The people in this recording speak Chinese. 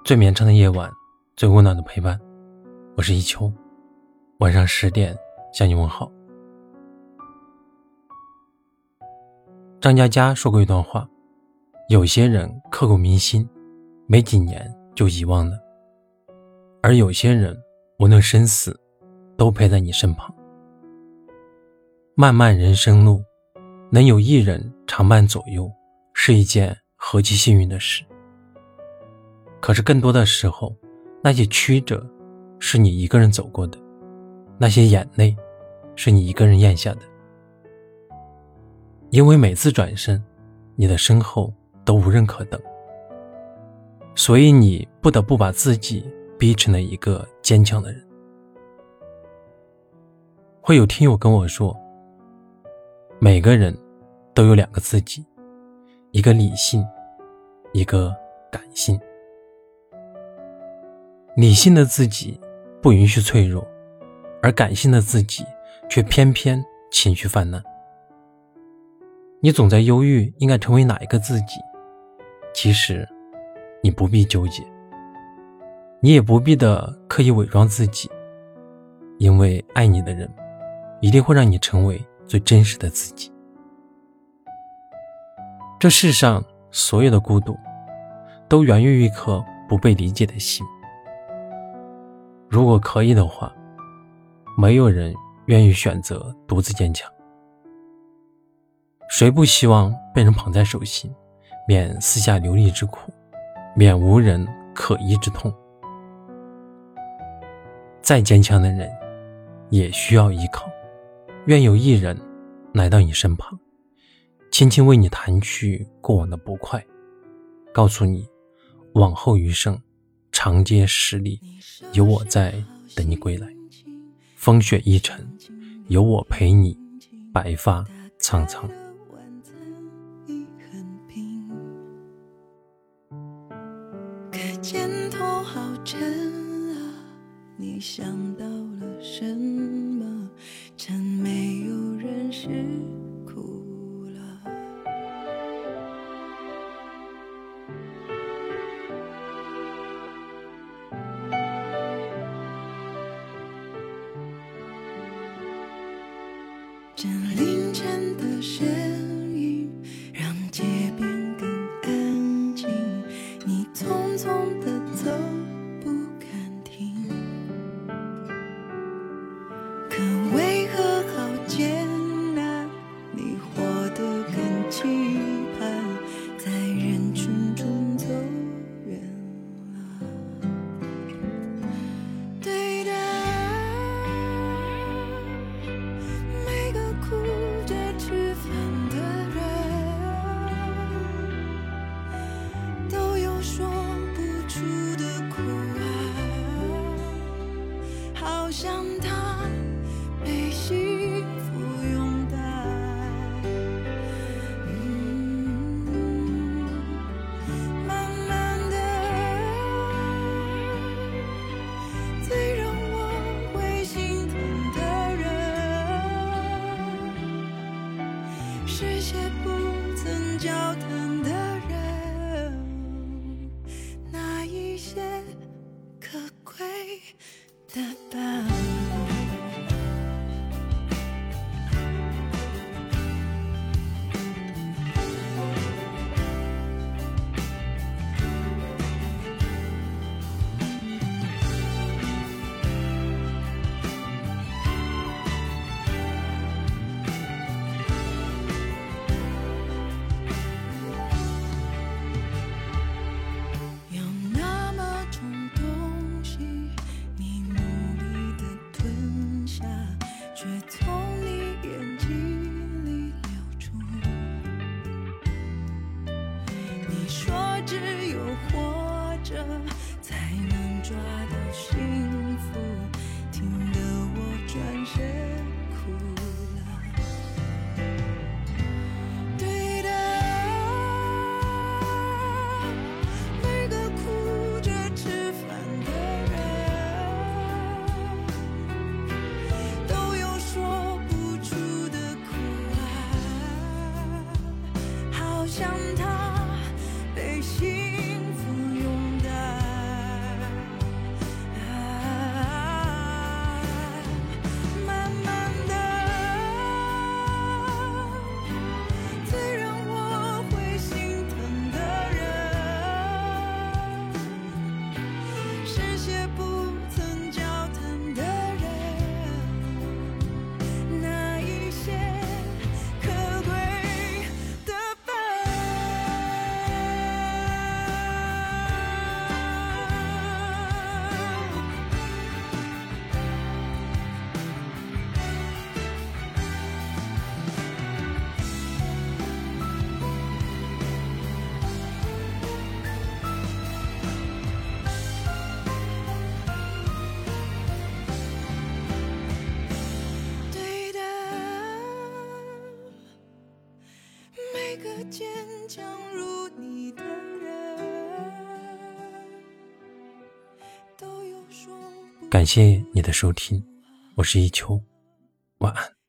最绵长的夜晚，最温暖的陪伴。我是一秋，晚上10点向你问好。张嘉佳说过一段话，有些人刻骨铭心，没几年就遗忘了，而有些人无论生死都陪在你身旁。漫漫人生路，能有一人常伴左右，是一件何其幸运的事。可是更多的时候，那些曲折是你一个人走过的，那些眼泪是你一个人咽下的。因为每次转身，你的身后都无人可等，所以你不得不把自己逼成了一个坚强的人。会有听友跟我说，每个人都有2个自己，一个理性，一个感性。理性的自己不允许脆弱，而感性的自己却偏偏情绪泛滥。你总在忧郁应该成为哪一个自己，其实你不必纠结，你也不必的刻意伪装自己，因为爱你的人一定会让你成为最真实的自己。这世上所有的孤独都源于一颗不被理解的心。如果可以的话，没有人愿意选择独自坚强。谁不希望被人捧在手心，免四下流离之苦，免无人可医之痛。再坚强的人也需要依靠，愿有一人来到你身旁，轻轻为你弹去过往的不快，告诉你往后余生长街十里，有我在等你归来，风雪一程，有我陪你，白发苍苍。 可肩头好沉啊，你想到了什么？趁没有人时哭了。这凌晨的声音让街边更安静，你匆匆的走不敢停，可为何好艰难，你活得更期盼，在人群中走远了。对的，每个哭着吃饭的人都有说不出的苦啊，好像他被幸福拥戴。慢慢的，最让我会心疼的人，是些不曾交谈的人，那一些可贵的伴。有那么种东西，你努力地吞下，却从你眼睛里流出。你说只有活着才能抓到幸福，听得我转身哭了。对的，每个哭着吃饭的人都有说不出的苦啊，好像他被幸福拥戴。 坚强如你的人，都有说不感谢你的收听，我是一秋，晚安。